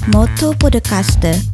Moto Podcast.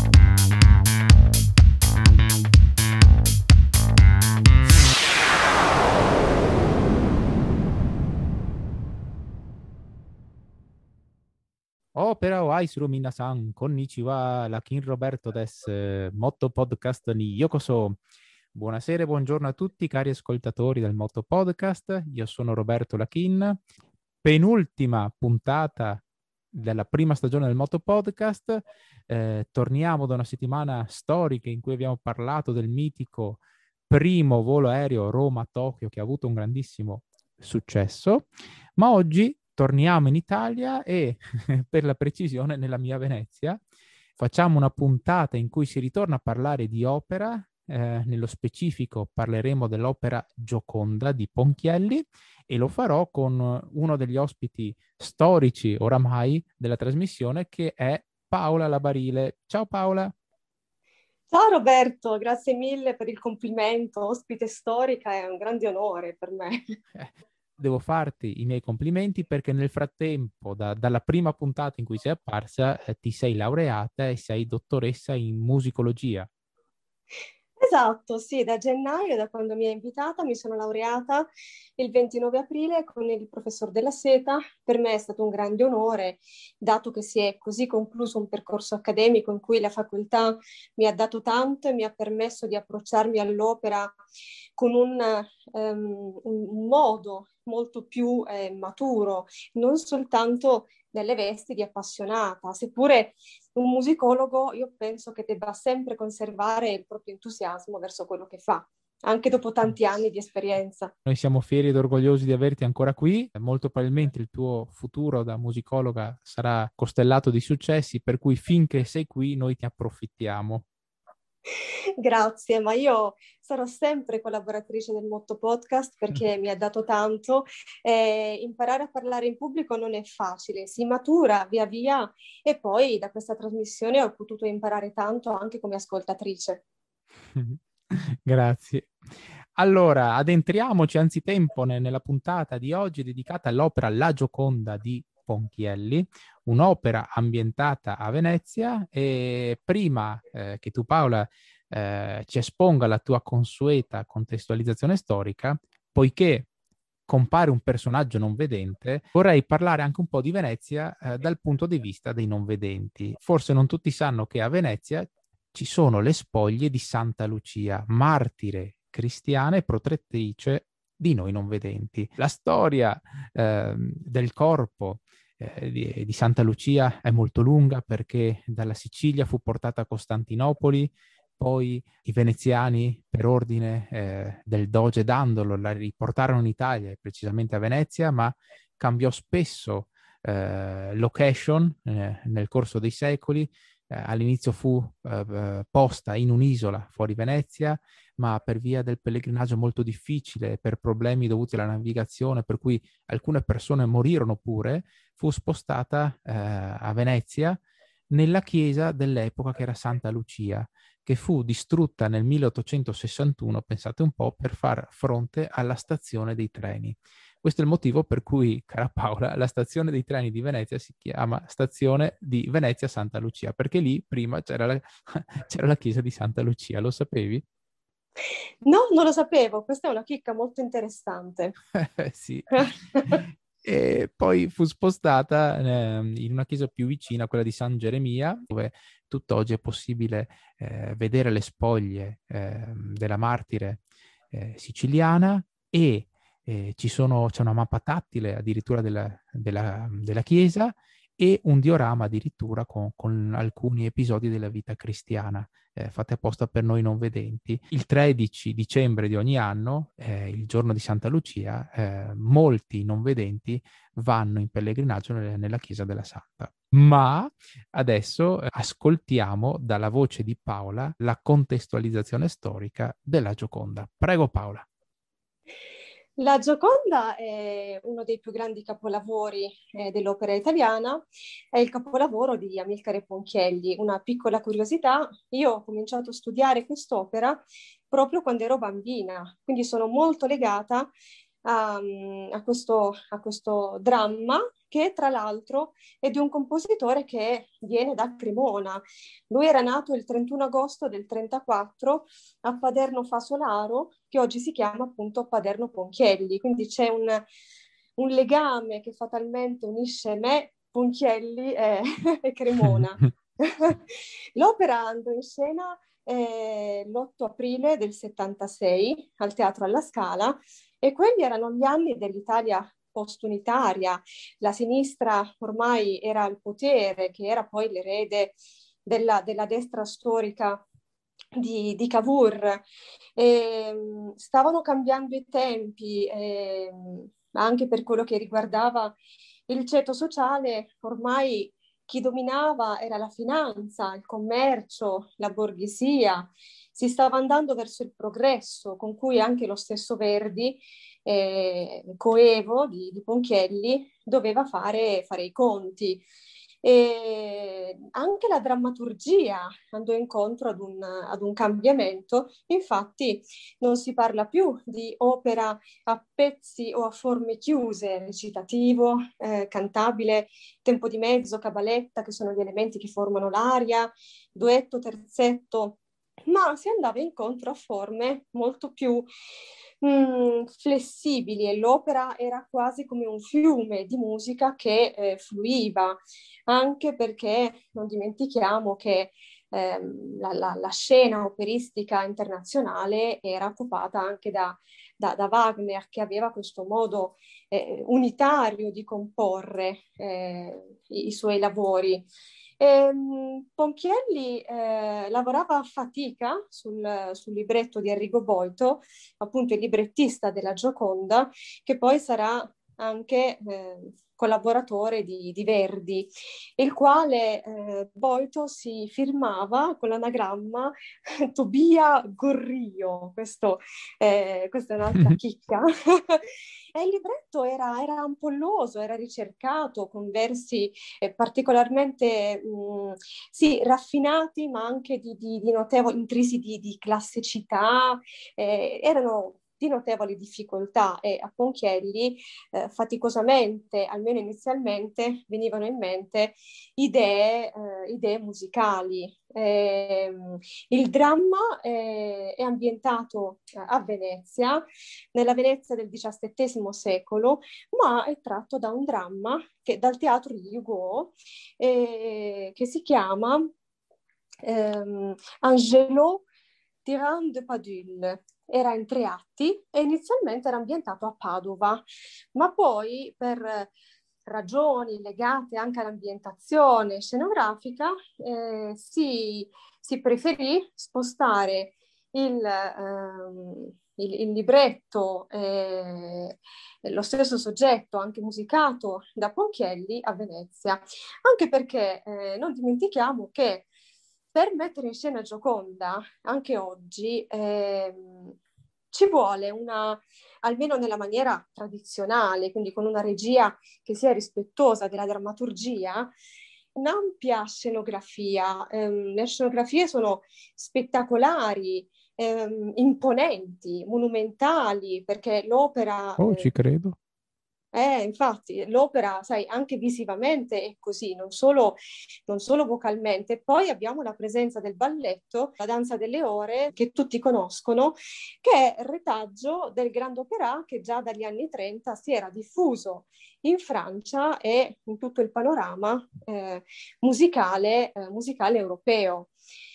Opera o Aisuru Minasan, konnichiwa, Lakin Roberto des Moto Podcast ni Yokoso. Buonasera e buongiorno a tutti cari ascoltatori del Moto Podcast, io sono Roberto Lakin, penultima puntata della prima stagione del Moto Podcast, torniamo da una settimana storica in cui abbiamo parlato del mitico primo volo aereo Roma-Tokyo che ha avuto un grandissimo successo, ma oggi torniamo in Italia e per la precisione nella mia Venezia. Facciamo una puntata in cui si ritorna a parlare di opera, nello specifico parleremo dell'opera Gioconda di Ponchielli e lo farò con uno degli ospiti storici oramai della trasmissione che è Paola Labarile. Ciao Paola! Ciao Roberto, grazie mille per il complimento, ospite storica, è un grande onore per me. Devo farti i miei complimenti perché nel frattempo, dalla prima puntata in cui sei apparsa, ti sei laureata e sei dottoressa in musicologia. Esatto, sì, da gennaio, da quando mi hai invitata, mi sono laureata il 29 aprile con il professor Della Seta. Per me è stato un grande onore, dato che si è così concluso un percorso accademico in cui la facoltà mi ha dato tanto e mi ha permesso di approcciarmi all'opera con un modo molto più maturo, non soltanto nelle vesti di appassionata, seppure un musicologo io penso che debba sempre conservare il proprio entusiasmo verso quello che fa, anche dopo tanti anni di esperienza. Noi siamo fieri ed orgogliosi di averti ancora qui. Molto probabilmente il tuo futuro da musicologa sarà costellato di successi, per cui finché sei qui noi ti approfittiamo. Grazie, ma io sarò sempre collaboratrice del Motto Podcast perché mi ha dato tanto. Imparare a parlare in pubblico non è facile, si matura via via e poi da questa trasmissione ho potuto imparare tanto anche come ascoltatrice. Grazie. Allora, addentriamoci anzitempo nella puntata di oggi dedicata all'opera La Gioconda di Ponchielli, un'opera ambientata a Venezia e prima che tu Paola ci esponga la tua consueta contestualizzazione storica, poiché compare un personaggio non vedente, vorrei parlare anche un po' di Venezia dal punto di vista dei non vedenti. Forse non tutti sanno che a Venezia ci sono le spoglie di Santa Lucia, martire cristiana e protettrice di noi non vedenti. La storia del corpo di Santa Lucia è molto lunga perché dalla Sicilia fu portata a Costantinopoli, poi i veneziani, per ordine del doge Dandolo, la riportarono in Italia, e precisamente a Venezia, ma cambiò spesso location nel corso dei secoli. All'inizio fu posta in un'isola fuori Venezia, ma per via del pellegrinaggio molto difficile, per problemi dovuti alla navigazione, per cui alcune persone morirono pure, fu spostata a Venezia nella chiesa dell'epoca che era Santa Lucia, che fu distrutta nel 1861, pensate un po', per far fronte alla stazione dei treni. Questo è il motivo per cui, cara Paola, la stazione dei treni di Venezia si chiama Stazione di Venezia Santa Lucia, perché lì prima c'era la chiesa di Santa Lucia, lo sapevi? No, non lo sapevo, questa è una chicca molto interessante. Sì. E poi fu spostata in una chiesa più vicina, quella di San Geremia, dove tutt'oggi è possibile vedere le spoglie della martire siciliana e c'è una mappa tattile addirittura della chiesa e un diorama addirittura con alcuni episodi della vita cristiana fatte apposta per noi non vedenti. Il 13 dicembre di ogni anno, il giorno di Santa Lucia, molti non vedenti vanno in pellegrinaggio nella chiesa della Santa. Ma adesso ascoltiamo dalla voce di Paola la contestualizzazione storica della Gioconda. Prego Paola. La Gioconda è uno dei più grandi capolavori dell'opera italiana, è il capolavoro di Amilcare Ponchielli. Una piccola curiosità, io ho cominciato a studiare quest'opera proprio quando ero bambina, quindi sono molto legata a questo dramma, che tra l'altro è di un compositore che viene da Cremona. Lui era nato il 31 agosto del 34 a Paderno Fasolaro, che oggi si chiama appunto Paderno Ponchielli, quindi c'è un legame che fatalmente unisce me, Ponchielli e Cremona. L'opera andò in scena l'8 aprile del 76 al Teatro alla Scala, e quelli erano gli anni dell'Italia post-unitaria. La sinistra ormai era al potere, che era poi l'erede della destra storica di Cavour. Stavano cambiando i tempi, anche per quello che riguardava il ceto sociale. Ormai chi dominava era la finanza, il commercio, la borghesia. Si stava andando verso il progresso, con cui anche lo stesso Verdi, coevo di Ponchielli, doveva fare i conti. E anche la drammaturgia andò incontro ad un cambiamento. Infatti non si parla più di opera a pezzi o a forme chiuse, recitativo, cantabile, tempo di mezzo, cabaletta, che sono gli elementi che formano l'aria, duetto, terzetto, ma si andava incontro a forme molto più flessibili, e l'opera era quasi come un fiume di musica che fluiva, anche perché non dimentichiamo che la scena operistica internazionale era occupata anche da Wagner, che aveva questo modo unitario di comporre i suoi lavori. Ponchielli lavorava a fatica sul libretto di Arrigo Boito, appunto il librettista della Gioconda, che poi sarà anche collaboratore di Verdi, il quale Boito si firmava con l'anagramma Tobia Gorrio. Questa è un'altra chicca. E il libretto era ampolloso, era ricercato, con versi particolarmente sì, raffinati, ma anche di notevoli, intrisi di classicità. Erano di notevoli difficoltà, e a Ponchielli faticosamente, almeno inizialmente, venivano in mente idee musicali. Il dramma è ambientato a Venezia, nella Venezia del XVII secolo, ma è tratto da un dramma dal teatro di Hugo, che si chiama Angelo Tyran de Padule. Era in 3 atti e inizialmente era ambientato a Padova, ma poi per ragioni legate anche all'ambientazione scenografica si preferì spostare il libretto, lo stesso soggetto anche musicato da Ponchielli, a Venezia, anche perché non dimentichiamo che per mettere in scena Gioconda, anche oggi, ci vuole almeno nella maniera tradizionale, quindi con una regia che sia rispettosa della drammaturgia, un'ampia scenografia. Le scenografie sono spettacolari, imponenti, monumentali, perché l'opera... Oh, ci credo. Infatti, l'opera, sai, anche visivamente è così, non solo vocalmente. Poi abbiamo la presenza del balletto, la danza delle ore, che tutti conoscono, che è il retaggio del Grand Opéra, che già dagli anni 30 si era diffuso in Francia e in tutto il panorama musicale europeo.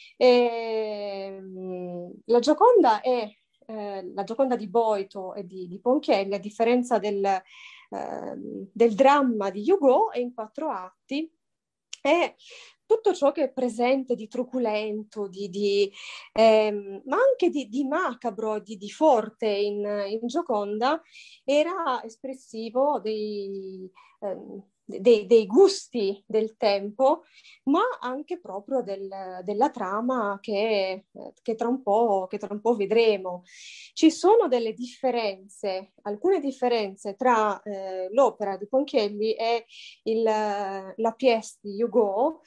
La Gioconda è la Gioconda di Boito e di Ponchielli, a differenza del dramma di Hugo, è in 4 atti, e tutto ciò che è presente di truculento, ma anche di macabro, di forte in Gioconda, era espressivo dei gusti del tempo, ma anche proprio della trama che tra un po' vedremo. Ci sono delle differenze, alcune differenze tra l'opera di Ponchielli e la pièce di Hugo,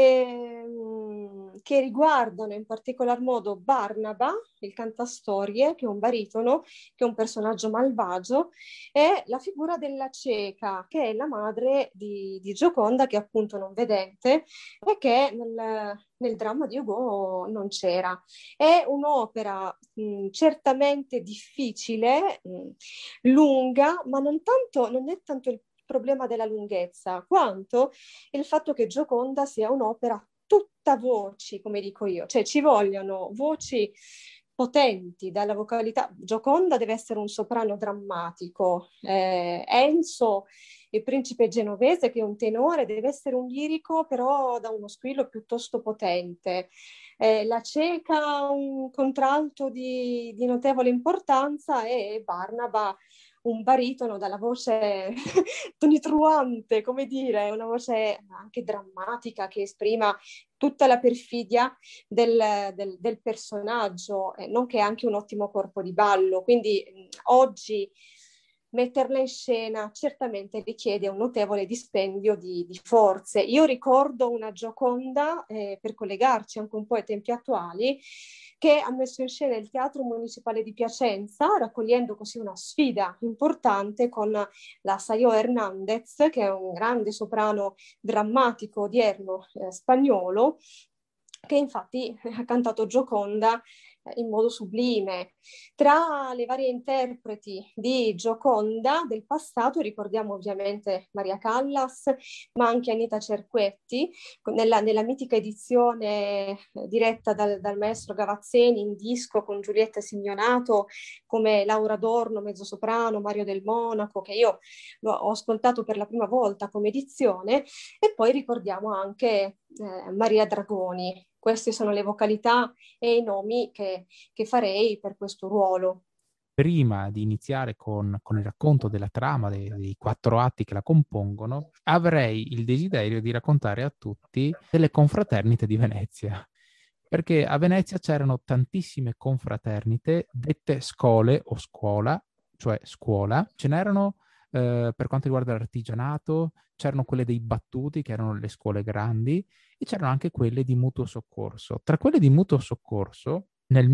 che riguardano in particolar modo Barnaba, il cantastorie, che è un baritono, che è un personaggio malvagio, e la figura della cieca, che è la madre di Gioconda, che è appunto non vedente e che nel dramma di Hugo non c'era. È un'opera certamente difficile, lunga, ma non è tanto il problema della lunghezza, quanto il fatto che Gioconda sia un'opera tutta voci, come dico io, cioè ci vogliono voci potenti dalla vocalità. Gioconda deve essere un soprano drammatico, Enzo, il principe genovese, che è un tenore, deve essere un lirico però da uno squillo piuttosto potente. La cieca, un contralto di notevole importanza, e Barnaba un baritono dalla voce tonitruante, come dire, una voce anche drammatica che esprima tutta la perfidia del personaggio, nonché anche un ottimo corpo di ballo. Quindi oggi metterla in scena certamente richiede un notevole dispendio di forze. Io ricordo una Gioconda, per collegarci anche un po' ai tempi attuali, che ha messo in scena il Teatro Municipale di Piacenza, raccogliendo così una sfida importante con la Sayo Hernandez, che è un grande soprano drammatico odierno spagnolo, che infatti ha cantato Gioconda in modo sublime. Tra le varie interpreti di Gioconda del passato ricordiamo ovviamente Maria Callas, ma anche Anita Cerquetti, nella mitica edizione diretta dal maestro Gavazzeni in disco con Giulietta Signonato, come Laura Adorno, mezzosoprano, Mario Del Monaco, che io ho ascoltato per la prima volta come edizione, e poi ricordiamo anche Maria Dragoni. Queste sono le vocalità e i nomi che farei per questo ruolo. Prima di iniziare con il racconto della trama, dei 4 atti che la compongono, avrei il desiderio di raccontare a tutti delle confraternite di Venezia. Perché a Venezia c'erano tantissime confraternite, dette scole o scuola, cioè scuola. Ce n'erano per quanto riguarda l'artigianato, c'erano quelle dei battuti, che erano le scuole grandi, e c'erano anche quelle di mutuo soccorso. Tra quelle di mutuo soccorso, nel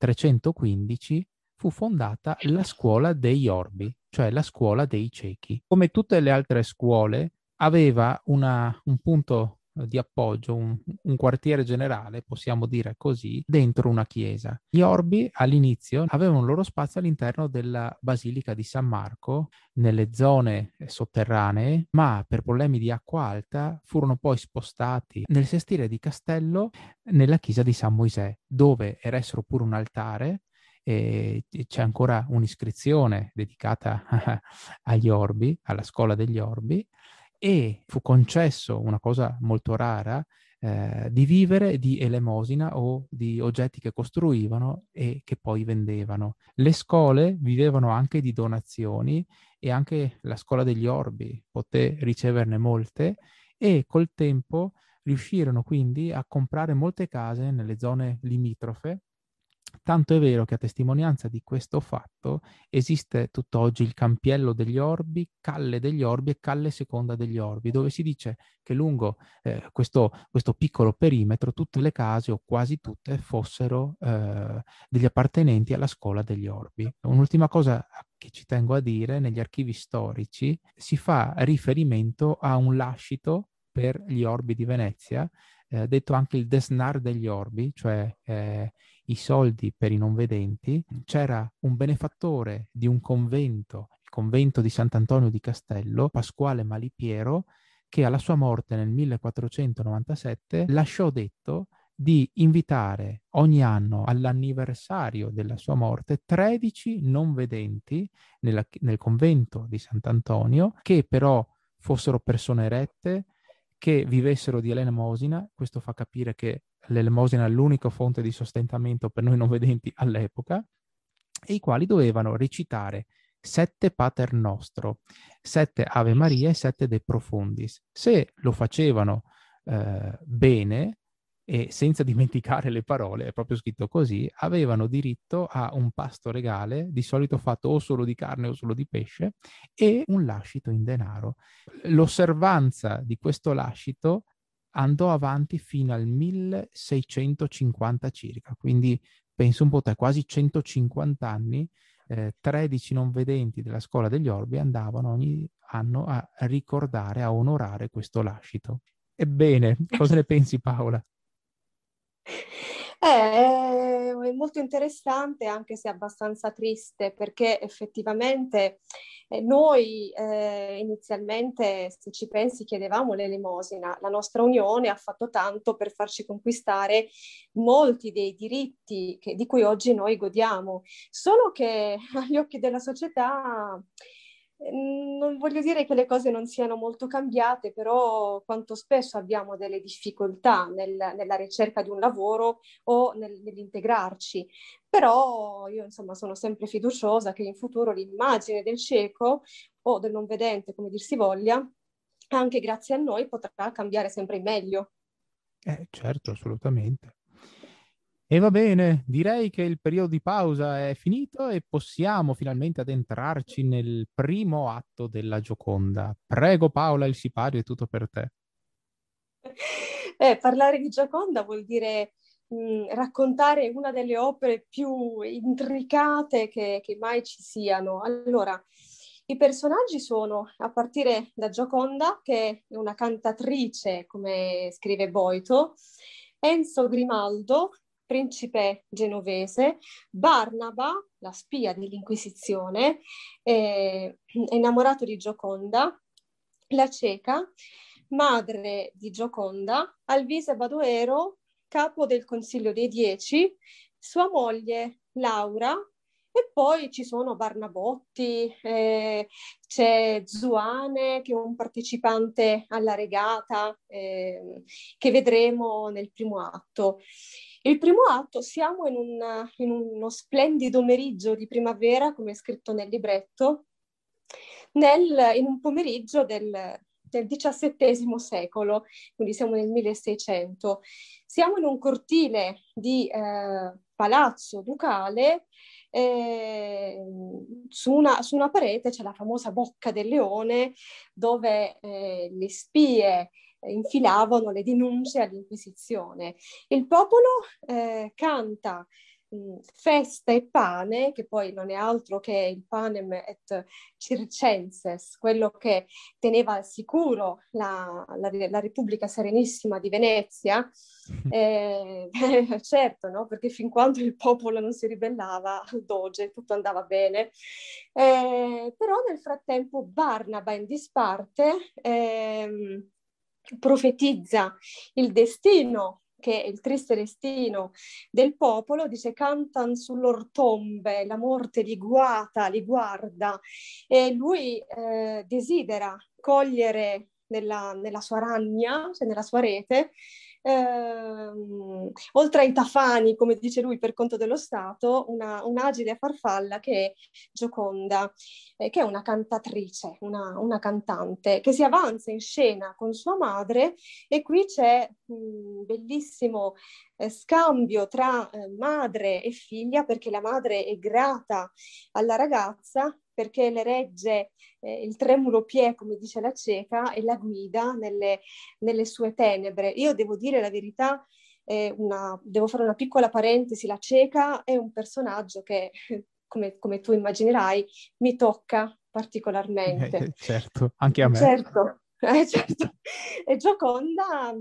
1315 fu fondata la scuola degli Orbi, cioè la scuola dei ciechi. Come tutte le altre scuole, aveva un punto di appoggio, un quartiere generale, possiamo dire così, dentro una chiesa. Gli Orbi all'inizio avevano un loro spazio all'interno della Basilica di San Marco, nelle zone sotterranee, ma per problemi di acqua alta furono poi spostati nel sestile di Castello, nella chiesa di San Moisè, dove eressero pure un altare. E c'è ancora un'iscrizione dedicata agli Orbi, alla scuola degli Orbi, e fu concesso una cosa molto rara, di vivere di elemosina o di oggetti che costruivano e che poi vendevano. Le scuole vivevano anche di donazioni, e anche la scuola degli Orbi poté riceverne molte, e col tempo riuscirono quindi a comprare molte case nelle zone limitrofe. Tanto è vero che a testimonianza di questo fatto esiste tutt'oggi il Campiello degli Orbi, Calle degli Orbi e Calle Seconda degli Orbi, dove si dice che lungo questo piccolo perimetro tutte le case, o quasi tutte, fossero degli appartenenti alla scuola degli Orbi. Un'ultima cosa che ci tengo a dire: negli archivi storici si fa riferimento a un lascito per gli Orbi di Venezia, detto anche il desnar degli Orbi, cioè i soldi per i non vedenti. C'era un benefattore di un convento, il convento di Sant'Antonio di Castello, Pasquale Malipiero, che alla sua morte nel 1497 lasciò detto di invitare ogni anno all'anniversario della sua morte 13 non vedenti nel convento di Sant'Antonio, che però fossero persone rette, che vivessero di elemosina. Questo fa capire che l'elemosina è l'unica fonte di sostentamento per noi non vedenti all'epoca, e i quali dovevano recitare 7 Pater Nostro, 7 Ave Maria e 7 De Profundis. Se lo facevano bene e senza dimenticare le parole, è proprio scritto così, avevano diritto a un pasto regale, di solito fatto o solo di carne o solo di pesce, e un lascito in denaro. L'osservanza di questo lascito andò avanti fino al 1650 circa, quindi penso un po' te, quasi 150 anni, 13 non vedenti della scuola degli Orbi andavano ogni anno a ricordare, a onorare questo lascito. Ebbene, cosa ne pensi, Paola? È molto interessante, anche se abbastanza triste, perché effettivamente noi inizialmente, se ci pensi, chiedevamo l'elemosina. La nostra unione ha fatto tanto per farci conquistare molti dei diritti di cui oggi noi godiamo, solo che agli occhi della società non voglio dire che le cose non siano molto cambiate, però quanto spesso abbiamo delle difficoltà nella ricerca di un lavoro o nell'integrarci. Però io insomma sono sempre fiduciosa che in futuro l'immagine del cieco o del non vedente, come dir si voglia, anche grazie a noi potrà cambiare sempre in meglio. Certo, assolutamente. E va bene, direi che il periodo di pausa è finito e possiamo finalmente addentrarci nel primo atto della Gioconda. Prego Paola, il sipario è tutto per te. Parlare di Gioconda vuol dire raccontare una delle opere più intricate che mai ci siano. Allora, i personaggi sono, a partire da Gioconda, che è una cantatrice, come scrive Boito, Enzo Grimaldo, principe genovese, Barnaba, la spia dell'Inquisizione, è innamorato di Gioconda, la cieca, madre di Gioconda, Alvise Badoero, capo del Consiglio dei Dieci, sua moglie Laura, e poi ci sono Barnabotti, c'è Zuane che è un partecipante alla regata che vedremo nel primo atto. Il primo atto, siamo in uno splendido meriggio di primavera, come è scritto nel libretto, in un pomeriggio del XVII secolo, quindi siamo nel 1600. Siamo in un cortile di palazzo ducale, su una parete c'è la famosa Bocca del Leone, dove le spie infilavano le denunce all'Inquisizione. Il popolo canta festa e pane, che poi non è altro che il panem et circenses, quello che teneva al sicuro la Repubblica Serenissima di Venezia. Certo, no? Perché fin quando il popolo non si ribellava al doge tutto andava bene. Però nel frattempo Barnaba in disparte profetizza il destino, che è il triste destino del popolo, dice cantan su lor tombe, la morte li guata, li guarda, e lui desidera cogliere nella sua ragna, cioè nella sua rete, oltre ai tafani, come dice lui, per conto dello Stato, un'agile farfalla che è Gioconda, che è una cantatrice, una cantante, che si avanza in scena con sua madre, e qui c'è un bellissimo scambio tra madre e figlia, perché la madre è grata alla ragazza perché le regge il tremulo piè, come dice la cieca, e la guida nelle sue tenebre. Io devo dire la verità, devo fare una piccola parentesi, la cieca è un personaggio che, come tu immaginerai, mi tocca particolarmente. Certo, anche a me. Certo, certo. E Gioconda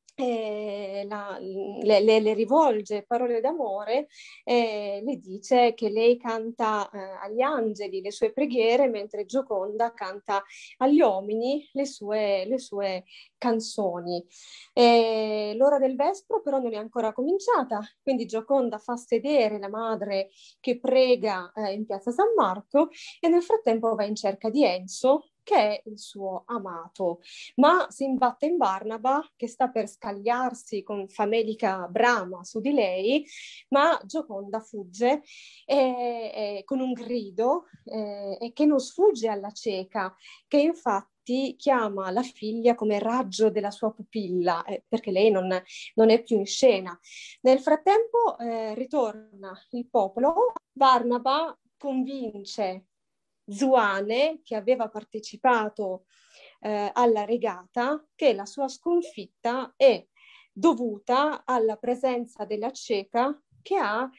le rivolge parole d'amore, le dice che lei canta agli angeli le sue preghiere, mentre Gioconda canta agli uomini le sue canzoni. L'ora del vespro però non è ancora cominciata, quindi Gioconda fa sedere la madre che prega in piazza San Marco, e nel frattempo va in cerca di Enzo, che è il suo amato, ma si imbatte in Barnaba che sta per scagliarsi con famelica brama su di lei, ma Gioconda fugge con un grido e che non sfugge alla cieca, che infatti chiama la figlia come raggio della sua pupilla, perché lei non è più in scena. Nel frattempo ritorna il popolo, Barnaba convince Zuane, che aveva partecipato alla regata, che la sua sconfitta è dovuta alla presenza della cieca che ha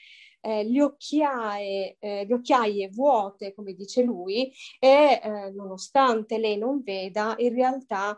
le occhiaie vuote, come dice lui, e nonostante lei non veda, in realtà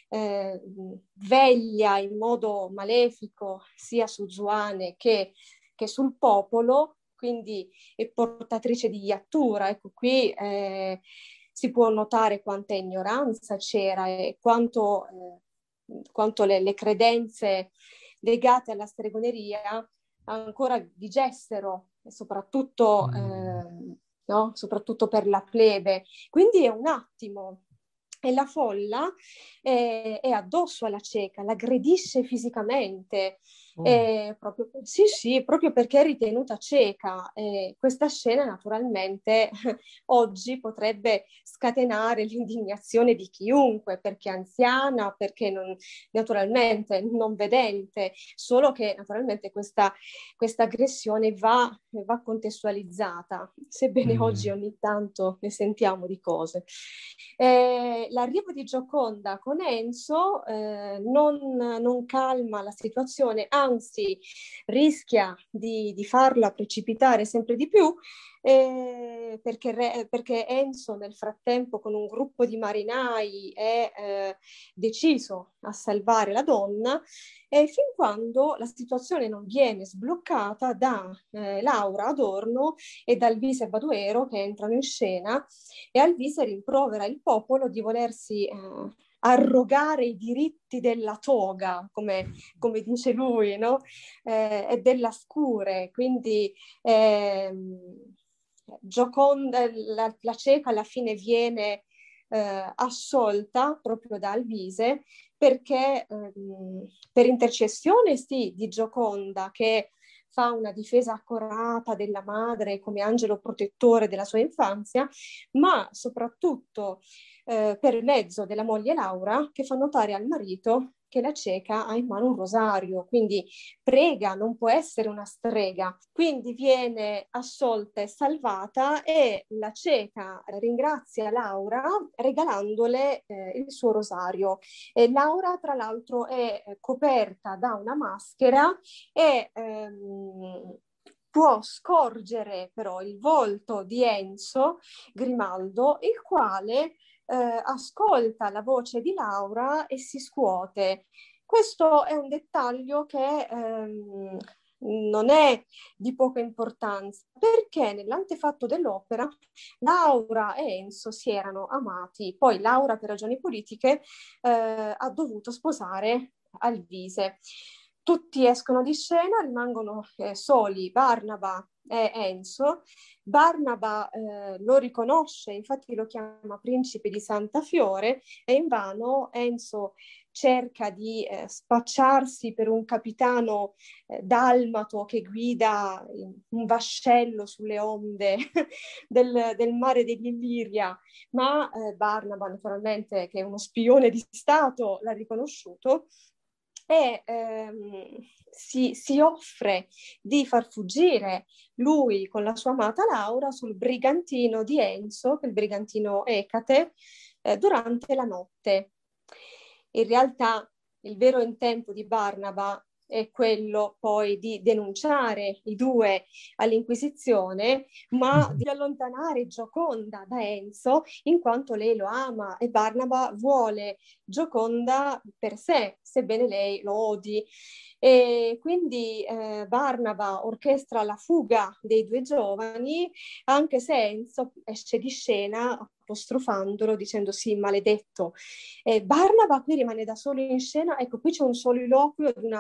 veglia in modo malefico sia su Zuane che sul popolo, quindi è portatrice di iattura. Ecco, qui si può notare quanta ignoranza c'era e quanto le credenze legate alla stregoneria ancora vigessero, e soprattutto, no? Soprattutto per la plebe. Quindi è un attimo. E la folla è addosso alla cieca, l'aggredisce fisicamente, proprio perché è ritenuta cieca. Questa scena naturalmente oggi potrebbe scatenare l'indignazione di chiunque, perché anziana, perché naturalmente non vedente, solo che naturalmente questa aggressione va contestualizzata, sebbene oggi ogni tanto ne sentiamo di cose. L'arrivo di Gioconda con Enzo non calma la situazione, anzi rischia di farla precipitare sempre di più, perché Enzo nel frattempo con un gruppo di marinai è deciso a salvare la donna, e fin quando la situazione non viene sbloccata da Laura Adorno e da Alvise Baduero, che entrano in scena, e Alvise rimprovera il popolo di volersi arrogare i diritti della toga, come dice lui, no? E della scure. Quindi Gioconda, la cieca alla fine viene assolta proprio da Alvise, perché per intercessione sì di Gioconda, che fa una difesa accorata della madre come angelo protettore della sua infanzia, ma soprattutto per mezzo della moglie Laura, che fa notare al marito che la cieca ha in mano un rosario, quindi prega, non può essere una strega. Quindi viene assolta e salvata, e la cieca ringrazia Laura regalandole il suo rosario. E Laura, tra l'altro, è coperta da una maschera e può scorgere però il volto di Enzo Grimaldo, il quale ascolta la voce di Laura e si scuote. Questo è un dettaglio che non è di poca importanza, perché nell'antefatto dell'opera Laura e Enzo si erano amati, poi Laura per ragioni politiche ha dovuto sposare Alvise. Tutti escono di scena, rimangono soli Barnaba e Enzo. Barnaba lo riconosce, infatti lo chiama principe di Santa Fiore, e invano Enzo cerca di spacciarsi per un capitano dalmato che guida un vascello sulle onde del mare dell'Illiria, ma Barnaba, naturalmente, che è uno spione di Stato, l'ha riconosciuto e si offre di far fuggire lui con la sua amata Laura sul brigantino di Enzo, il brigantino Ecate, durante la notte. In realtà il vero intento di Barnaba è quello poi di denunciare i due all'Inquisizione, ma di allontanare Gioconda da Enzo, in quanto lei lo ama e Barnaba vuole Gioconda per sé, sebbene lei lo odi. E quindi Barnaba orchestra la fuga dei due giovani, anche se Enzo esce di scena apostrofandolo, dicendo sì, maledetto. Barnaba qui rimane da solo in scena. Ecco, qui c'è un soliloquio di una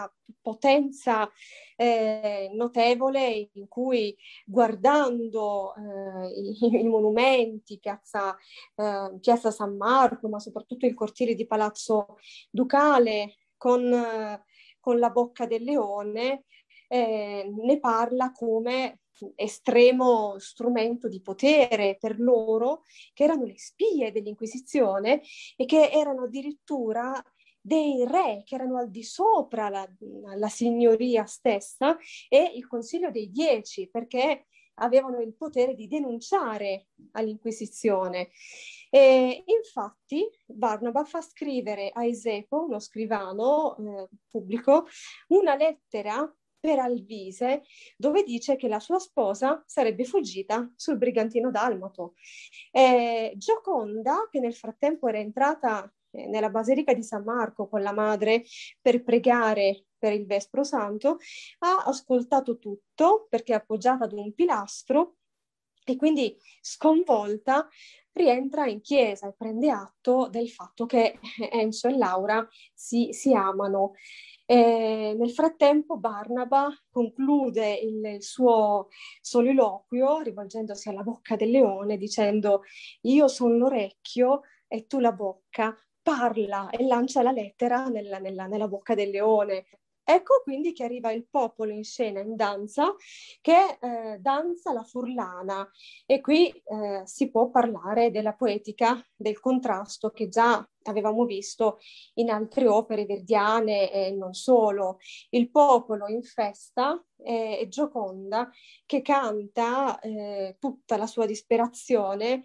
potenza notevole, in cui guardando i monumenti, piazza San Marco, ma soprattutto il cortile di Palazzo Ducale con la bocca del leone, ne parla come estremo strumento di potere per loro, che erano le spie dell'Inquisizione e che erano addirittura dei re, che erano al di sopra la signoria stessa e il Consiglio dei Dieci, perché avevano il potere di denunciare all'Inquisizione. E infatti Barnaba fa scrivere a Esepo, uno scrivano pubblico, una lettera per Alvise, dove dice che la sua sposa sarebbe fuggita sul brigantino dalmato. Gioconda, che nel frattempo era entrata nella Basilica di San Marco con la madre per pregare per il Vespro Santo, ha ascoltato tutto perché è appoggiata ad un pilastro e quindi sconvolta rientra in chiesa e prende atto del fatto che Enzo e Laura si amano. Nel frattempo Barnaba conclude il suo soliloquio rivolgendosi alla bocca del leone dicendo: io sono l'orecchio e tu la bocca, parla, e lancia la lettera nella bocca del leone. Ecco quindi che arriva il popolo in scena in danza, che danza la furlana, e qui si può parlare della poetica del contrasto che già avevamo visto in altre opere verdiane e non solo. Il popolo in festa e Gioconda che canta tutta la sua disperazione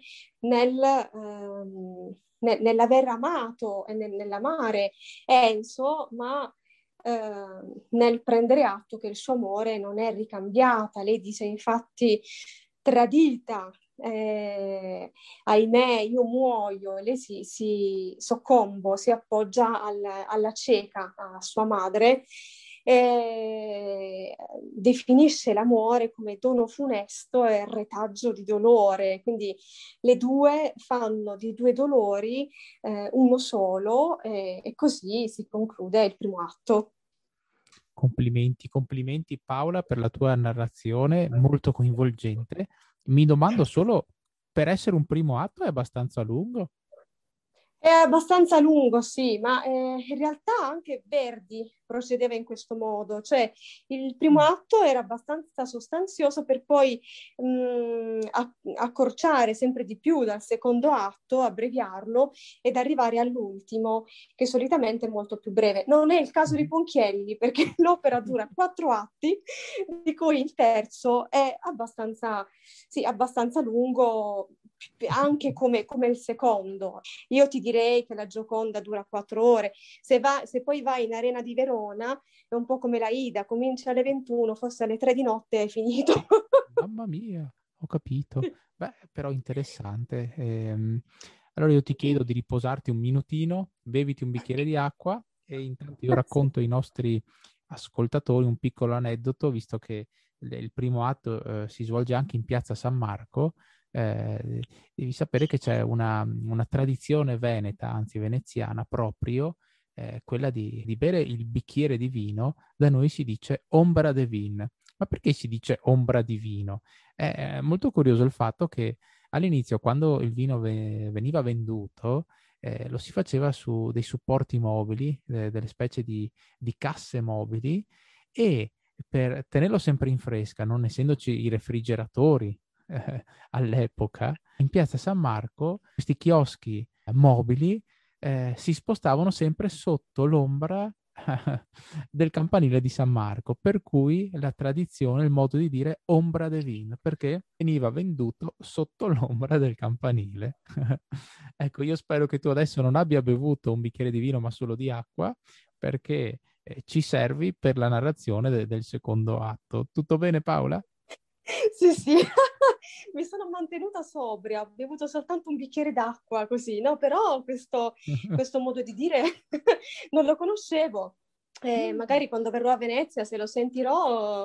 nell'aver amato e nell'amare Enzo, ma nel prendere atto che il suo amore non è ricambiata. Lei dice infatti: tradita, ahimè, io muoio. E lei si soccombo, si appoggia alla cieca, a sua madre, e definisce l'amore come dono funesto e retaggio di dolore. Quindi le due fanno di due dolori uno solo, e così si conclude il primo atto. Complimenti, complimenti Paola per la tua narrazione molto coinvolgente. Mi domando solo, per essere un primo atto è abbastanza lungo? È abbastanza lungo, sì, ma in realtà anche Verdi procedeva in questo modo, cioè il primo atto era abbastanza sostanzioso per poi accorciare sempre di più dal secondo atto, abbreviarlo ed arrivare all'ultimo, che solitamente è molto più breve. Non è il caso di Ponchielli, perché l'opera dura 4 atti, di cui il terzo è abbastanza lungo, anche come il secondo. Io ti direi che la Gioconda dura 4 ore. Se poi vai in Arena di Verona, è un po' come la Ida, comincia alle 21, forse alle 3 di notte hai finito. Mamma mia, ho capito. Beh, però interessante. Allora io ti chiedo di riposarti un minutino, beviti un bicchiere di acqua e intanto io racconto ai nostri ascoltatori un piccolo aneddoto, visto che il primo atto si svolge anche in piazza San Marco. Devi sapere che c'è una tradizione veneta, anzi veneziana proprio, quella di bere il bicchiere di vino. Da noi si dice ombra de vin. Ma perché si dice ombra di vino? È molto curioso il fatto che all'inizio, quando il vino veniva venduto, lo si faceva su dei supporti mobili, delle specie di casse mobili, e per tenerlo sempre in fresca, non essendoci i refrigeratori all'epoca, in piazza San Marco questi chioschi mobili si spostavano sempre sotto l'ombra del campanile di San Marco, per cui la tradizione, il modo di dire ombra de vin, perché veniva venduto sotto l'ombra del campanile. Ecco, io spero che tu adesso non abbia bevuto un bicchiere di vino, ma solo di acqua, perché ci servi per la narrazione del secondo atto. Tutto bene, Paola? Sì, sì, mi sono mantenuta sobria, ho bevuto soltanto un bicchiere d'acqua così, no? Però questo modo di dire non lo conoscevo. Magari quando verrò a Venezia, se lo sentirò,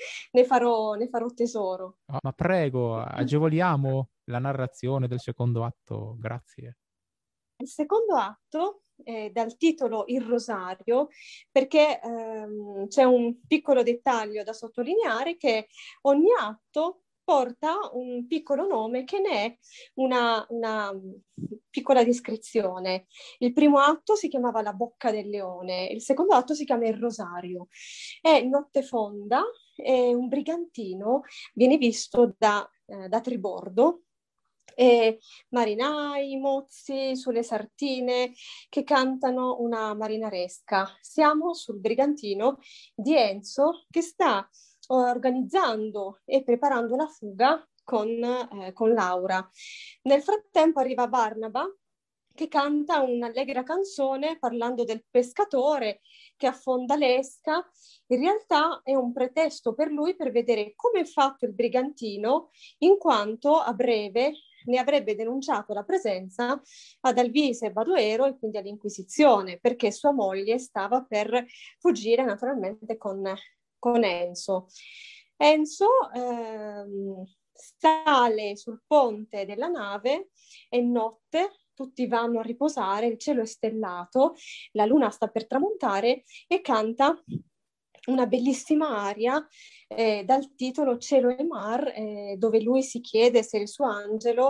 ne farò tesoro. Ma prego, agevoliamo la narrazione del secondo atto, grazie. Il secondo atto, dal titolo Il Rosario, perché c'è un piccolo dettaglio da sottolineare, che ogni atto porta un piccolo nome che ne è una piccola descrizione. Il primo atto si chiamava La Bocca del Leone, il secondo atto si chiama Il Rosario. È notte fonda e un brigantino viene visto da tribordo, e marinai, mozzi sulle sartine che cantano una marinaresca. Siamo sul brigantino di Enzo che sta organizzando e preparando la fuga con Laura. Nel frattempo arriva Barnaba che canta un'allegra canzone parlando del pescatore che affonda l'esca. In realtà è un pretesto per lui per vedere come è fatto il brigantino, in quanto a breve ne avrebbe denunciato la presenza ad Alvise e Badoero e quindi all'Inquisizione, perché sua moglie stava per fuggire naturalmente con Enzo. Enzo sale sul ponte della nave, è notte, tutti vanno a riposare, il cielo è stellato, la luna sta per tramontare e canta una bellissima aria dal titolo Cielo e Mar, dove lui si chiede se il suo angelo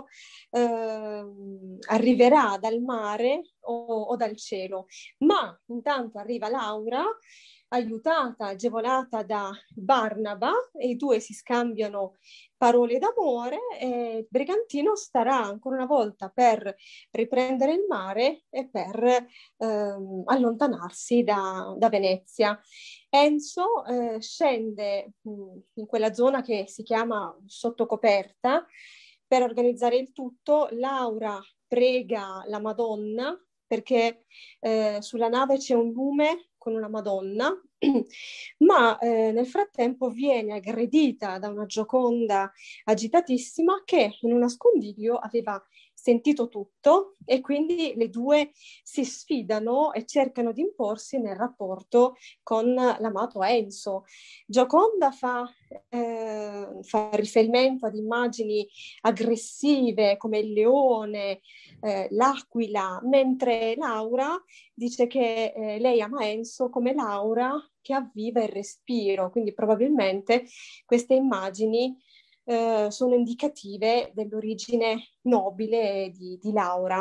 arriverà dal mare o dal cielo. Ma intanto arriva Laura, aiutata, agevolata da Barnaba, e i due si scambiano parole d'amore, e il brigantino starà ancora una volta per riprendere il mare e per allontanarsi da Venezia. Enzo scende in quella zona che si chiama Sottocoperta per organizzare il tutto. Laura prega la Madonna perché sulla nave c'è un lume con una Madonna, ma nel frattempo viene aggredita da una Gioconda agitatissima che in un nascondiglio aveva sentito tutto, e quindi le due si sfidano e cercano di imporsi nel rapporto con l'amato Enzo. Gioconda fa riferimento ad immagini aggressive come il leone, l'aquila, mentre Laura dice che lei ama Enzo come Laura che avviva il respiro, quindi probabilmente queste immagini sono indicative dell'origine nobile di Laura.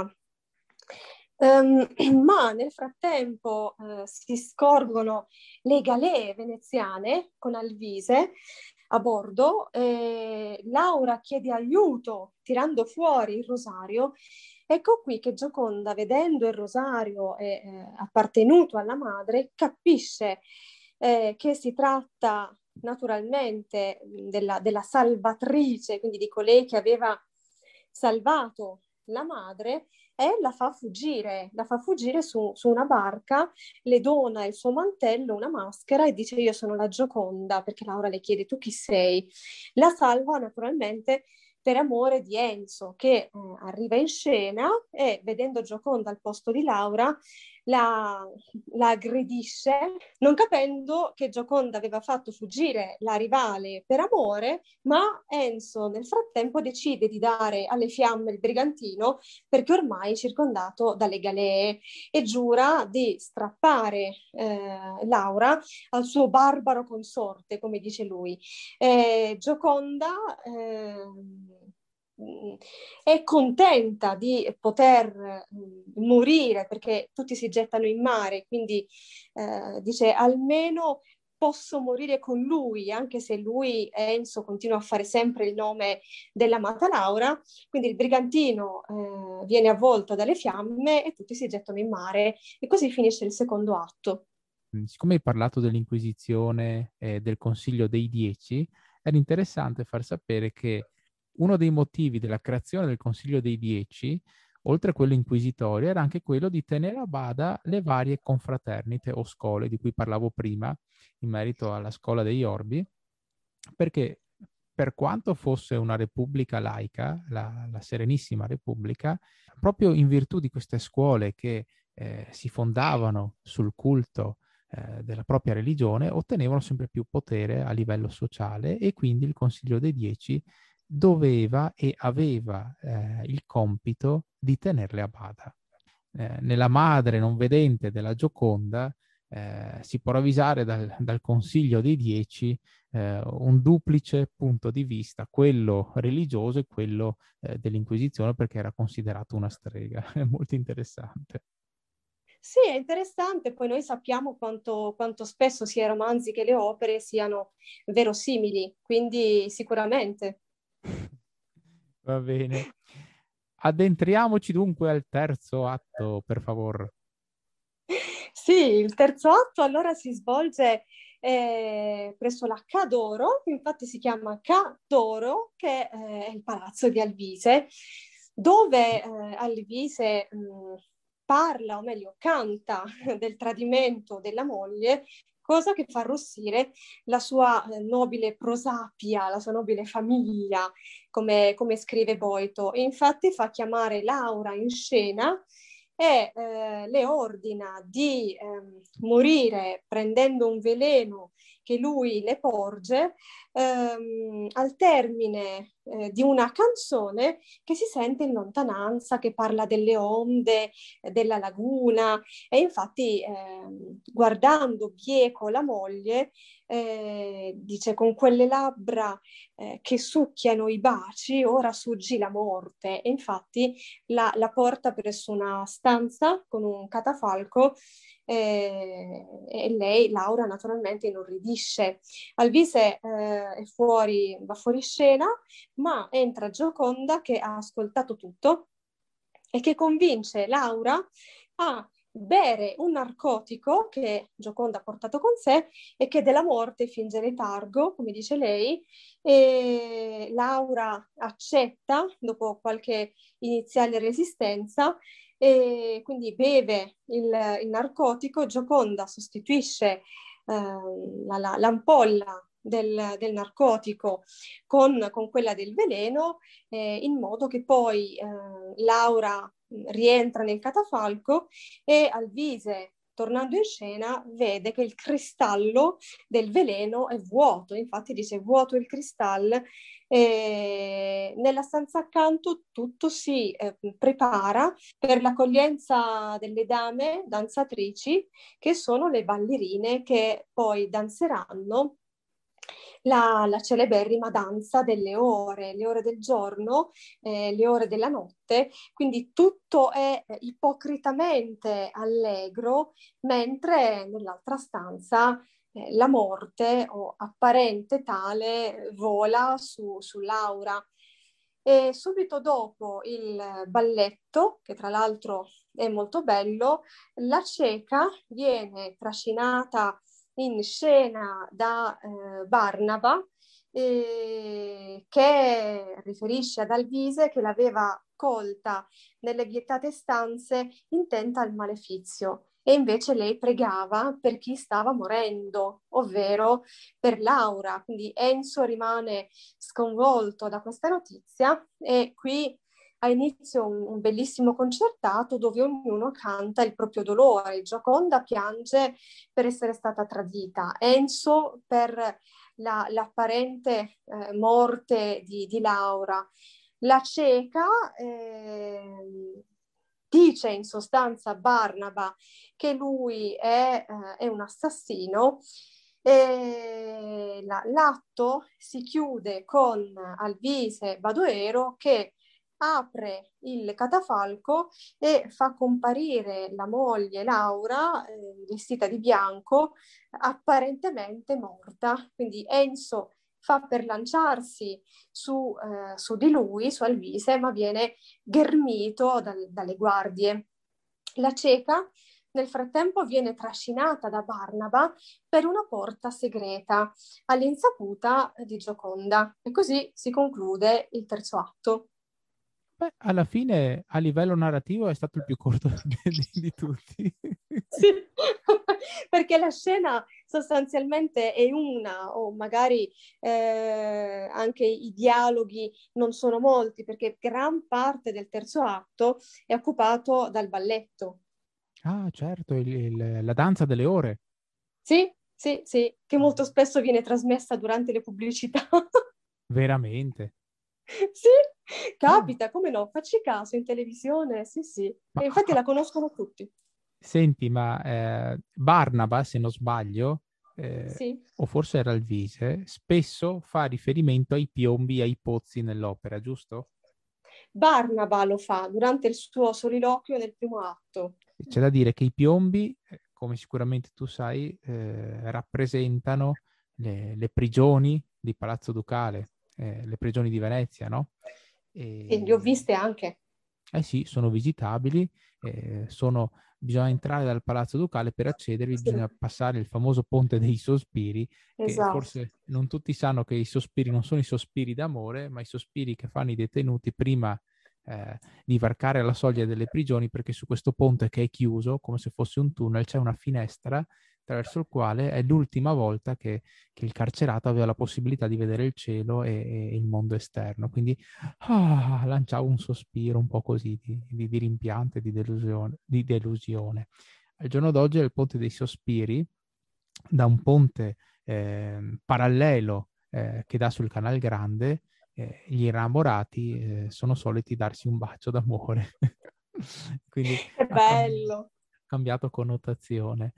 Ma nel frattempo si scorgono le galee veneziane con Alvise a bordo. Laura chiede aiuto tirando fuori il rosario. Ecco qui che Gioconda, vedendo il rosario appartenuto alla madre, capisce che si tratta naturalmente della salvatrice, quindi di colei che aveva salvato la madre, e la fa fuggire su una barca, le dona il suo mantello, una maschera, e dice: io sono la Gioconda, perché Laura le chiede: tu chi sei? La salva naturalmente per amore di Enzo, che arriva in scena e, vedendo Gioconda al posto di Laura, la aggredisce, non capendo che Gioconda aveva fatto fuggire la rivale per amore, ma Enzo nel frattempo decide di dare alle fiamme il brigantino perché ormai circondato dalle galee, e giura di strappare Laura al suo barbaro consorte, come dice lui. Gioconda è contenta di poter morire perché tutti si gettano in mare, quindi dice: almeno posso morire con lui, anche se lui, Enzo, continua a fare sempre il nome dell'amata Laura. Quindi il brigantino viene avvolto dalle fiamme e tutti si gettano in mare, e così finisce il secondo atto. Siccome hai parlato dell'Inquisizione e del Consiglio dei Dieci, era interessante far sapere che uno dei motivi della creazione del Consiglio dei Dieci, oltre a quello inquisitorio, era anche quello di tenere a bada le varie confraternite o scole di cui parlavo prima, in merito alla scuola degli Orbi, perché per quanto fosse una repubblica laica, la Serenissima Repubblica, proprio in virtù di queste scuole che si fondavano sul culto della propria religione, ottenevano sempre più potere a livello sociale, e quindi il Consiglio dei Dieci doveva e aveva il compito di tenerle a bada. nella madre non vedente della Gioconda si può ravvisare dal Consiglio dei 10 un duplice punto di vista, quello religioso e quello dell'Inquisizione, perché era considerato una strega. È molto interessante. Sì, è interessante, poi noi sappiamo quanto spesso sia i romanzi che le opere siano verosimili, quindi sicuramente. Va bene. Addentriamoci dunque al terzo atto, per favore. Sì, il terzo atto allora si svolge presso la Ca d'Oro, infatti si chiama Ca d'Oro, che è il palazzo di Alvise, dove Alvise parla, o meglio, canta del tradimento della moglie, cosa che fa arrossire la sua nobile prosapia, la sua nobile famiglia, come scrive Boito. E infatti fa chiamare Laura in scena e le ordina di morire prendendo un veleno che lui le porge al termine di una canzone che si sente in lontananza, che parla delle onde, della laguna e infatti guardando bieco la moglie dice con quelle labbra che succhiano i baci, ora suggi la morte. E infatti la porta presso una stanza con un catafalco e lei, Laura, naturalmente inorridisce. Alvise va fuori scena, ma entra Gioconda che ha ascoltato tutto e che convince Laura a bere un narcotico che Gioconda ha portato con sé e che della morte finge letargo, come dice lei, e Laura accetta dopo qualche iniziale resistenza e quindi beve il narcotico. Gioconda sostituisce l'ampolla del narcotico con quella del veleno in modo che poi Laura rientra nel catafalco e Alvise, tornando in scena, vede che il cristallo del veleno è vuoto, infatti dice vuoto il cristallo. Nella stanza accanto tutto si prepara per l'accoglienza delle dame danzatrici che sono le ballerine che poi danzeranno la celeberrima danza delle ore, le ore del giorno, le ore della notte, quindi tutto è ipocritamente allegro, mentre nell'altra stanza la morte o apparente tale vola su Laura. E subito dopo il balletto, che tra l'altro è molto bello, la cieca viene trascinata in scena da Barnaba, che riferisce ad Alvise che l'aveva colta nelle vietate stanze intenta al malefizio. E invece lei pregava per chi stava morendo, ovvero per Laura. Quindi Enzo rimane sconvolto da questa notizia e qui ha inizio un bellissimo concertato dove ognuno canta il proprio dolore. Gioconda piange per essere stata tradita, Enzo per l'apparente morte di Laura. La cieca dice in sostanza a Barnaba che lui è un assassino. L'atto si chiude con Alvise Badoero che apre il catafalco e fa comparire la moglie Laura vestita di bianco, apparentemente morta. Quindi Enzo fa per lanciarsi su di lui, su Alvise, ma viene ghermito dalle guardie. La cieca nel frattempo viene trascinata da Barnaba per una porta segreta all'insaputa di Gioconda e così si conclude il terzo atto. Beh, alla fine a livello narrativo è stato il più corto di tutti. Sì, perché la scena sostanzialmente è una, o magari anche i dialoghi non sono molti, perché gran parte del terzo atto è occupato dal balletto. Ah, certo, la danza delle ore. Sì, sì, sì, che molto spesso viene trasmessa durante le pubblicità. Veramente. Sì, capita, come no? Facci caso in televisione, sì, sì. Ma, E infatti la conoscono tutti. senti, ma Barnaba, se non sbaglio, Sì. o forse era Alvise, spesso fa riferimento ai piombi e ai pozzi nell'opera, giusto? Barnaba lo fa durante il suo soliloquio nel primo atto. C'è da dire che i piombi, come sicuramente tu sai, rappresentano le prigioni di Palazzo Ducale, le prigioni di Venezia, no? Sì, li ho E, viste anche. eh sì, sono visitabili, bisogna entrare dal Palazzo Ducale, per accedervi Sì, bisogna passare il famoso Ponte dei Sospiri, che esatto. forse non tutti sanno che i sospiri non sono i sospiri d'amore, ma i sospiri che fanno i detenuti prima di varcare la soglia delle prigioni, perché su questo ponte che è chiuso, come se fosse un tunnel, c'è una finestra attraverso il quale è l'ultima volta che il carcerato aveva la possibilità di vedere il cielo e il mondo esterno. Quindi lanciavo un sospiro un po' così di rimpianto e di delusione. Al giorno d'oggi è il Ponte dei Sospiri, da un ponte parallelo che dà sul Canal Grande, gli innamorati sono soliti darsi un bacio d'amore. Quindi Che ha bello. cambiato connotazione.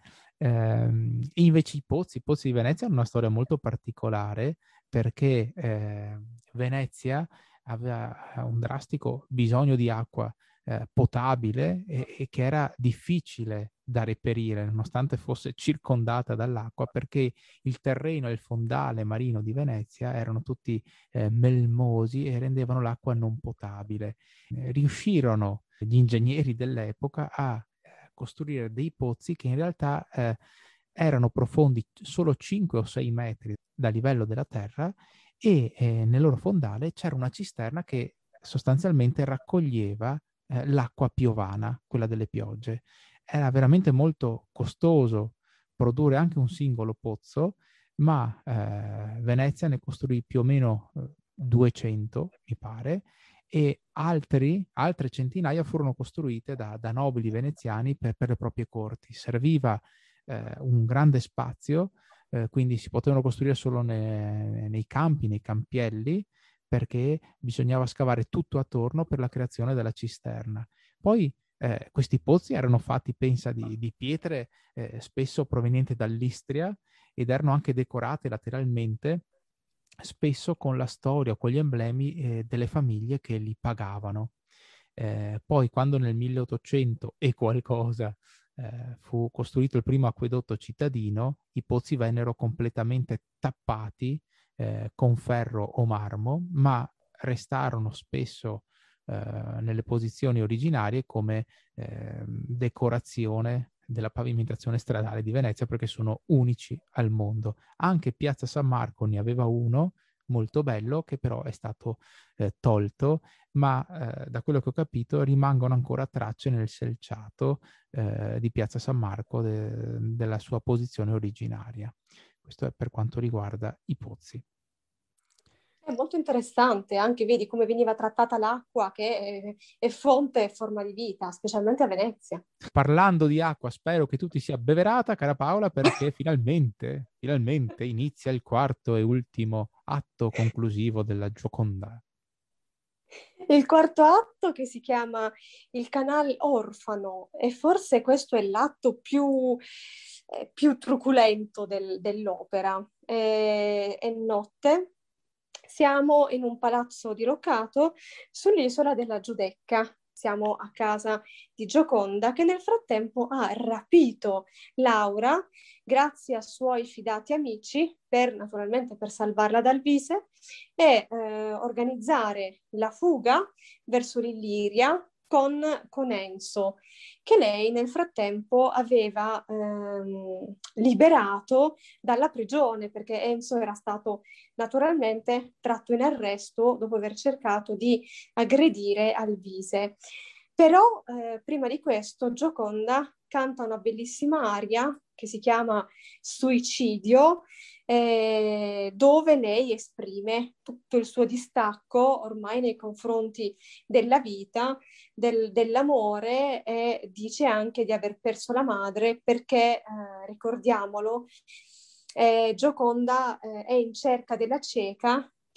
Invece i pozzi di Venezia hanno una storia molto particolare, perché Venezia aveva un drastico bisogno di acqua potabile e che era difficile da reperire, nonostante fosse circondata dall'acqua, perché il terreno e il fondale marino di Venezia erano tutti melmosi e rendevano l'acqua non potabile. Riuscirono gli ingegneri dell'epoca a costruire dei pozzi che in realtà erano profondi solo 5 o 6 metri dal livello della terra, e nel loro fondale c'era una cisterna che sostanzialmente raccoglieva l'acqua piovana, quella delle piogge. Era veramente molto costoso produrre anche un singolo pozzo, ma Venezia ne costruì più o meno 200, mi pare, e altre centinaia furono costruite da nobili veneziani per le proprie corti. Serviva un grande spazio, quindi si potevano costruire solo nei campi, nei campielli, perché bisognava scavare tutto attorno per la creazione della cisterna. Poi questi pozzi erano fatti, pensa, di pietre spesso provenienti dall'Istria, ed erano anche decorate lateralmente, spesso con la storia o con gli emblemi delle famiglie che li pagavano. Poi, quando nel 1800 e qualcosa fu costruito il primo acquedotto cittadino, i pozzi vennero completamente tappati con ferro o marmo, ma restarono spesso nelle posizioni originarie come decorazione della pavimentazione stradale di Venezia, perché sono unici al mondo. Anche Piazza San Marco ne aveva uno molto bello, che però è stato tolto, ma da quello che ho capito rimangono ancora tracce nel selciato di Piazza San Marco della sua posizione originaria. Questo è per quanto riguarda i pozzi. È molto interessante, anche vedi come veniva trattata l'acqua, che è fonte e forma di vita, specialmente a Venezia. Parlando di acqua, spero che tu ti sia abbeverata, cara Paola, perché finalmente inizia il quarto e ultimo atto conclusivo della Gioconda. Il quarto atto che si chiama Il canale orfano, e forse questo è l'atto più truculento dell'opera. È notte, siamo in un palazzo diroccato sull'isola della Giudecca. Siamo a casa di Gioconda, che nel frattempo ha rapito Laura grazie a suoi fidati amici naturalmente per salvarla dal Vise e organizzare la fuga verso l'Illiria con Enzo, che lei nel frattempo aveva liberato dalla prigione, perché Enzo era stato naturalmente tratto in arresto dopo aver cercato di aggredire Alvise. Però prima di questo Gioconda canta una bellissima aria che si chiama Suicidio, dove lei esprime tutto il suo distacco ormai nei confronti della vita, dell'amore, e dice anche di aver perso la madre perché, ricordiamolo, Gioconda è in cerca della cieca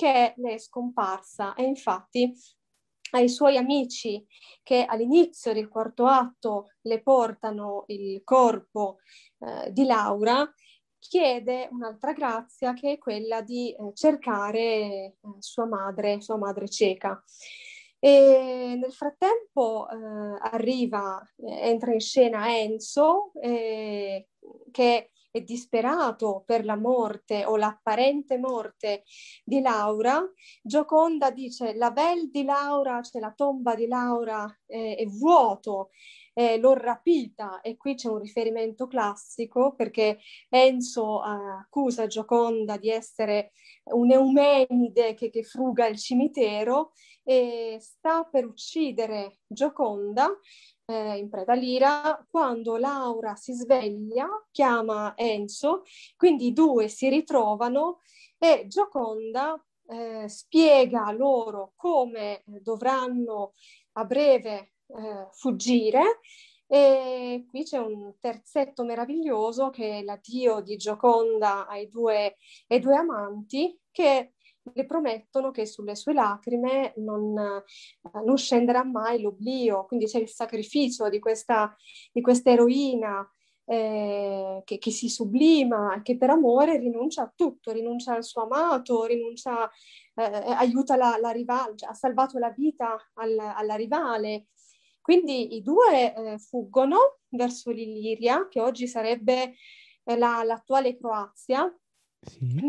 che le è scomparsa e infatti ai suoi amici che all'inizio del quarto atto le portano il corpo di Laura, chiede un'altra grazia che è quella di cercare sua madre cieca. E nel frattempo entra in scena Enzo, che è disperato per la morte o l'apparente morte di Laura. Gioconda dice: la vel di Laura, cioè la tomba di Laura, è vuoto, l'ho rapita, e qui c'è un riferimento classico perché Enzo accusa Gioconda di essere un'eumenide che fruga il cimitero e sta per uccidere Gioconda in preda all'ira, quando Laura si sveglia, chiama Enzo, quindi i due si ritrovano e Gioconda spiega loro come dovranno a breve fuggire. E qui c'è un terzetto meraviglioso che è l'addio di Gioconda ai due amanti, che le promettono che sulle sue lacrime non scenderà mai l'oblio. Quindi c'è il sacrificio di questa eroina che si sublima, che per amore rinuncia a tutto, rinuncia al suo amato, aiuta la rivale, cioè, ha salvato la vita alla rivale. Quindi i due fuggono verso l'Illiria, che oggi sarebbe l'attuale Croazia, Sì.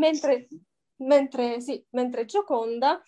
mentre Gioconda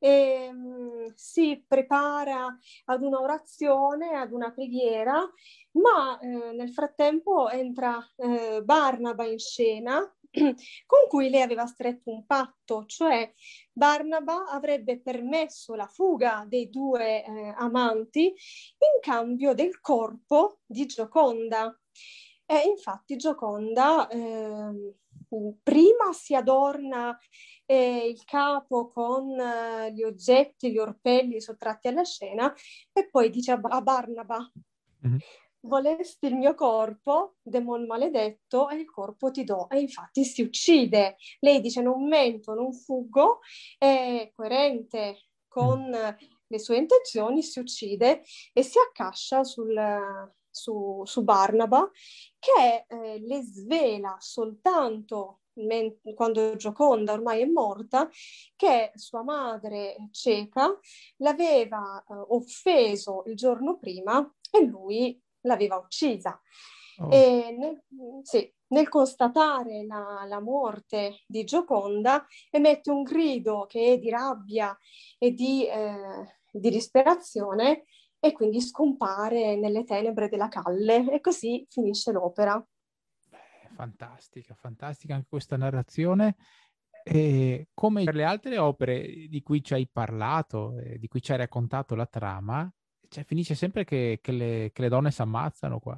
si prepara ad una orazione, ad una preghiera, ma nel frattempo entra Barnaba in scena, con cui lei aveva stretto un patto, cioè Barnaba avrebbe permesso la fuga dei due amanti in cambio del corpo di Gioconda. E infatti Gioconda prima si adorna il capo con gli oggetti, gli orpelli sottratti alla scena, e poi dice a Barnaba: volesti il mio corpo, demon maledetto, e il corpo ti do. E infatti si uccide. Lei dice: non mento, non fuggo, è coerente con le sue intenzioni, si uccide e si accascia su Barnaba, che le svela soltanto quando Gioconda ormai è morta, che sua madre cieca l'aveva offeso il giorno prima e lui l'aveva uccisa. Oh. E nel constatare la morte di Gioconda, emette un grido che è di rabbia e di disperazione, e quindi scompare nelle tenebre della calle, e così finisce l'opera. Fantastica, fantastica anche questa narrazione. E come per le altre opere di cui ci hai parlato, di cui ci hai raccontato la trama, cioè finisce sempre che le donne si ammazzano qua.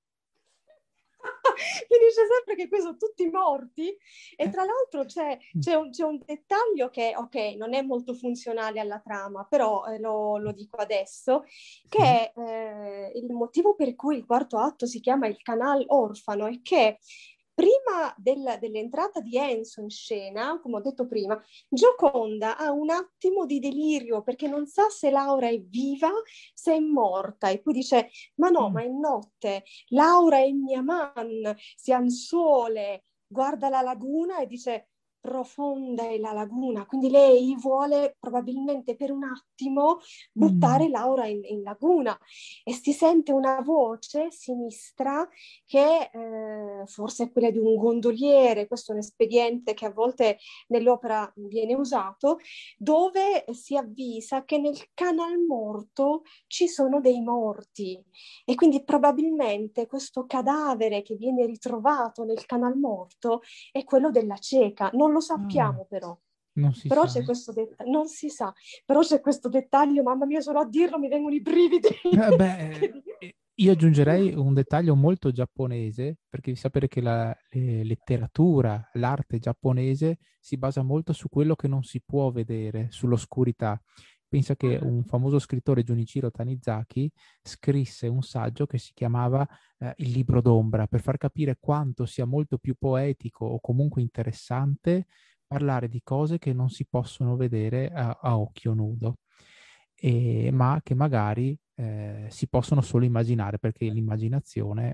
Finisce sempre che qui sono tutti morti, e tra l'altro c'è un dettaglio che, ok, non è molto funzionale alla trama, però lo dico adesso, che è il motivo per cui il quarto atto si chiama il Canal Orfano, è che prima dell'entrata di Enzo in scena, come ho detto prima, Gioconda ha un attimo di delirio perché non sa se Laura è viva, se è morta, e poi dice: ma no, ma è notte, Laura è mia man, si ha il sole, guarda la laguna e dice: profonda è la laguna. Quindi lei vuole probabilmente per un attimo buttare Laura in laguna, e si sente una voce sinistra che forse è quella di un gondoliere. Questo è un espediente che a volte nell'opera viene usato, dove si avvisa che nel Canal Morto ci sono dei morti, e quindi probabilmente questo cadavere che viene ritrovato nel Canal Morto è quello della cieca. Non lo sappiamo però. Non si Però sa. c'è questo dettaglio, non si sa, però c'è questo dettaglio, mamma mia, solo a dirlo mi vengono i brividi. Io aggiungerei un dettaglio molto giapponese, perché devi sapere che la letteratura, l'arte giapponese si basa molto su quello che non si può vedere, sull'oscurità. Pensa che un famoso scrittore, Junichiro Tanizaki, scrisse un saggio che si chiamava Il libro d'ombra, per far capire quanto sia molto più poetico o comunque interessante parlare di cose che non si possono vedere a occhio nudo, ma che magari si possono solo immaginare, perché l'immaginazione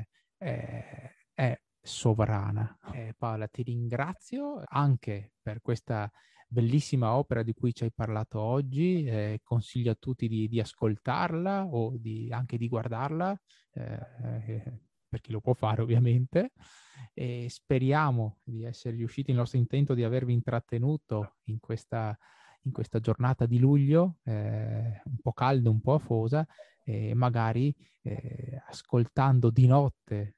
è sovrana. Paola, ti ringrazio anche per questa bellissima opera di cui ci hai parlato oggi. Consiglio a tutti di ascoltarla o anche di guardarla, per chi lo può fare ovviamente. E speriamo di essere riusciti, il nostro intento di avervi intrattenuto in questa giornata di luglio, un po' calda, un po' afosa, e magari ascoltando di notte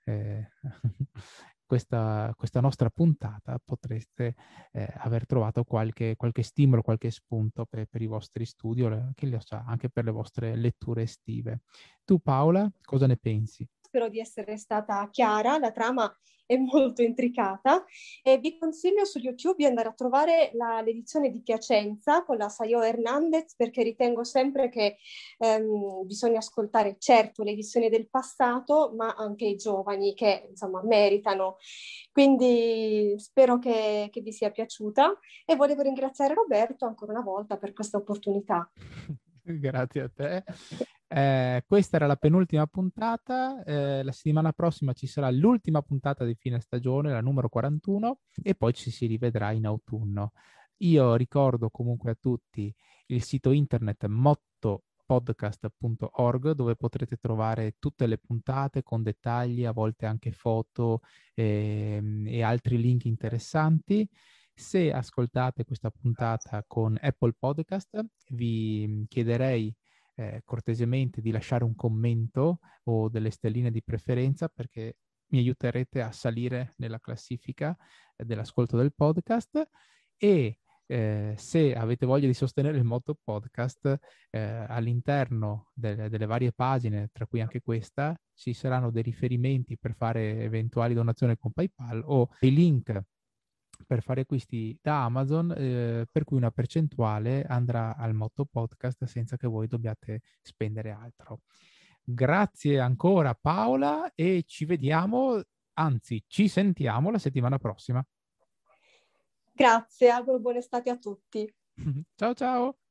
questa nostra puntata potreste aver trovato qualche stimolo, qualche spunto per i vostri studi, o che lo sa, anche per le vostre letture estive. Tu, Paola, cosa ne pensi? Spero di essere stata chiara, la trama è molto intricata e vi consiglio su YouTube di andare a trovare l'edizione di Piacenza con la Sayo Hernandez, perché ritengo sempre che bisogna ascoltare certo le edizioni del passato, ma anche i giovani che insomma meritano. Quindi spero che vi sia piaciuta e volevo ringraziare Roberto ancora una volta per questa opportunità. Grazie a te. Questa era la penultima puntata. La settimana prossima ci sarà l'ultima puntata di fine stagione, la numero 41, e poi ci si rivedrà in autunno. Io ricordo comunque a tutti il sito internet mottopodcast.org, dove potrete trovare tutte le puntate con dettagli, a volte anche foto e altri link interessanti. Se ascoltate questa puntata con Apple Podcast, vi chiederei cortesemente di lasciare un commento o delle stelline di preferenza, perché mi aiuterete a salire nella classifica dell'ascolto del podcast. E se avete voglia di sostenere il Motto Podcast, all'interno delle varie pagine, tra cui anche questa, ci saranno dei riferimenti per fare eventuali donazioni con PayPal o dei link per fare acquisti da Amazon, per cui una percentuale andrà al Motto Podcast senza che voi dobbiate spendere altro. Grazie ancora Paola e ci vediamo, anzi ci sentiamo la settimana prossima. Grazie, auguro buona estate a tutti. Ciao ciao!